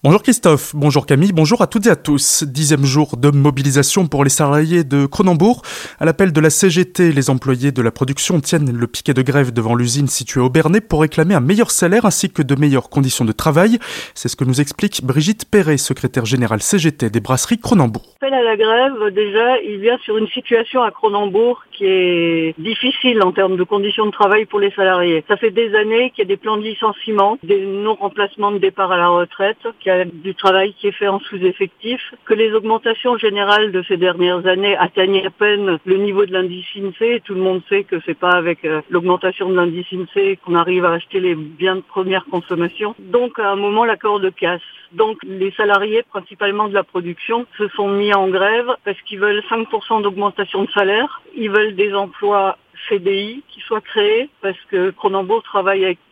Bonjour Christophe, bonjour Camille, bonjour à toutes et à tous. 10e jour de mobilisation pour les salariés de Cronenbourg. À l'appel de la CGT, les employés de la production tiennent le piquet de grève devant l'usine située au Bernay pour réclamer un meilleur salaire ainsi que de meilleures conditions de travail. C'est ce que nous explique Brigitte Perret, secrétaire générale CGT des brasseries Cronenbourg. L'appel à la grève, déjà, il vient sur une situation à Cronenbourg qui est difficile en termes de conditions de travail pour les salariés. Ça fait des années qu'il y a des plans de licenciement, des non-remplacements de départ à la retraite, qu'il y a du travail qui est fait en sous-effectif, que les augmentations générales de ces dernières années atteignent à peine le niveau de l'indice INSEE. Tout le monde sait que c'est pas avec l'augmentation de l'indice INSEE qu'on arrive à acheter les biens de première consommation. Donc à un moment, la corde casse. Donc les salariés, principalement de la production, se sont mis en grève parce qu'ils veulent 5% d'augmentation de salaire. Ils veulent des emplois CDI qui soient créés parce que Cronenbourg travaille avec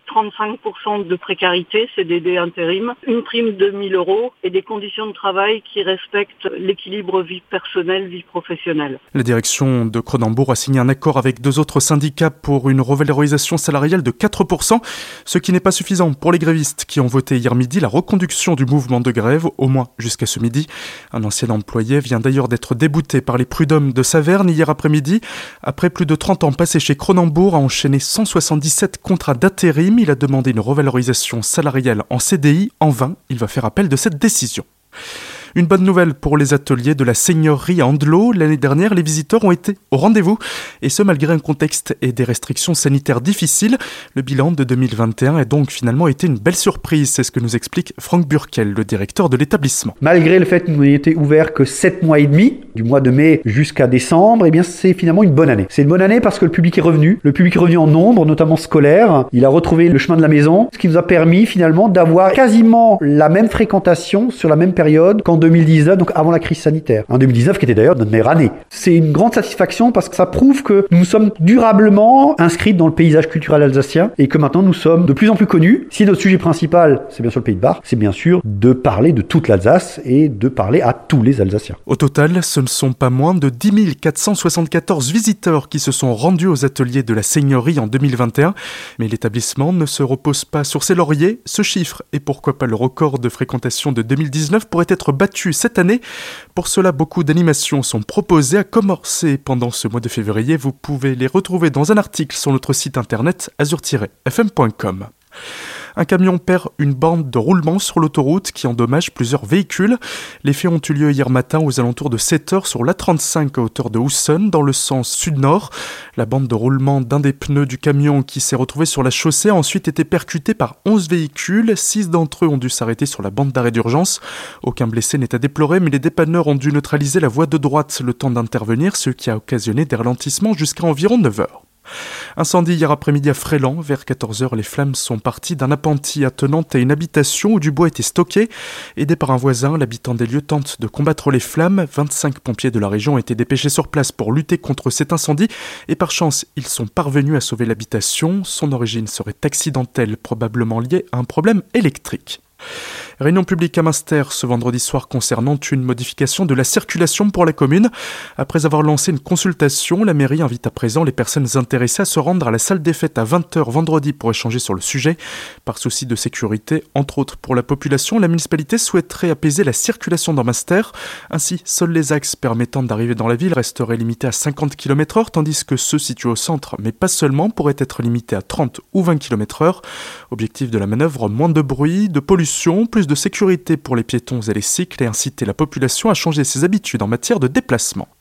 35% de précarité, CDD intérim, une prime de 1 000 € et des conditions de travail qui respectent l'équilibre vie personnelle, vie professionnelle. La direction de Cronenbourg a signé un accord avec 2 autres syndicats pour une revalorisation salariale de 4%, ce qui n'est pas suffisant pour les grévistes qui ont voté hier midi la reconduction du mouvement de grève, au moins jusqu'à ce midi. Un ancien employé vient d'ailleurs d'être débouté par les prud'hommes de Saverne hier après-midi. Après plus de 30 ans passés chez Cronenbourg, a enchaîné 177 contrats d'intérim. Il a demandé une revalorisation salariale en CDI. En vain, il va faire appel de cette décision. Une bonne nouvelle pour les ateliers de la Seigneurie à Andelot. L'année dernière, les visiteurs ont été au rendez-vous, et ce malgré un contexte et des restrictions sanitaires difficiles. Le bilan de 2021 a donc finalement été une belle surprise. C'est ce que nous explique Franck Burkel, le directeur de l'établissement. Malgré le fait que nous n'ayons été ouverts que 7 mois et demi, du mois de mai jusqu'à décembre, eh bien c'est finalement une bonne année. C'est une bonne année parce que le public est revenu en nombre, notamment scolaire. Il a retrouvé le chemin de la maison, ce qui nous a permis finalement d'avoir quasiment la même fréquentation sur la même période qu'en 2019, donc avant la crise sanitaire. En 2019, qui était d'ailleurs notre meilleure année. C'est une grande satisfaction parce que ça prouve que nous sommes durablement inscrits dans le paysage culturel alsacien et que maintenant nous sommes de plus en plus connus. Si notre sujet principal, c'est bien sûr le Pays de Bar, c'est bien sûr de parler de toute l'Alsace et de parler à tous les Alsaciens. Au total, ce ne sont pas moins de 10 474 visiteurs qui se sont rendus aux ateliers de la Seigneurie en 2021. Mais l'établissement ne se repose pas sur ses lauriers. Ce chiffre, et pourquoi pas le record de fréquentation de 2019, pourrait être battu cette année. Pour cela, beaucoup d'animations sont proposées à commencer pendant ce mois de février. Vous pouvez les retrouver dans un article sur notre site internet azur-fm.com. Un camion perd une bande de roulement sur l'autoroute qui endommage plusieurs véhicules. Les faits ont eu lieu hier matin aux alentours de 7h sur l'A35 à hauteur de Houssen dans le sens sud-nord. La bande de roulement d'un des pneus du camion qui s'est retrouvé sur la chaussée a ensuite été percutée par 11 véhicules. 6 d'entre eux ont dû s'arrêter sur la bande d'arrêt d'urgence. Aucun blessé n'est à déplorer, mais les dépanneurs ont dû neutraliser la voie de droite le temps d'intervenir, ce qui a occasionné des ralentissements jusqu'à environ 9h. Incendie hier après-midi à Fréland. Vers 14h, les flammes sont parties d'un appentis attenant à une habitation où du bois était stocké. Aidé par un voisin, l'habitant des lieux tente de combattre les flammes. 25 pompiers de la région ont été dépêchés sur place pour lutter contre cet incendie. Et par chance, ils sont parvenus à sauver l'habitation. Son origine serait accidentelle, probablement liée à un problème électrique. Réunion publique à Münster ce vendredi soir concernant une modification de la circulation pour la commune. Après avoir lancé une consultation, la mairie invite à présent les personnes intéressées à se rendre à la salle des fêtes à 20h vendredi pour échanger sur le sujet. Par souci de sécurité, entre autres pour la population, la municipalité souhaiterait apaiser la circulation dans Münster. Ainsi, seuls les axes permettant d'arriver dans la ville resteraient limités à 50 km/h, tandis que ceux situés au centre, mais pas seulement, pourraient être limités à 30 ou 20 km/h. Objectif de la manœuvre, moins de bruit, de pollution, plus de sécurité pour les piétons et les cycles et inciter la population à changer ses habitudes en matière de déplacement.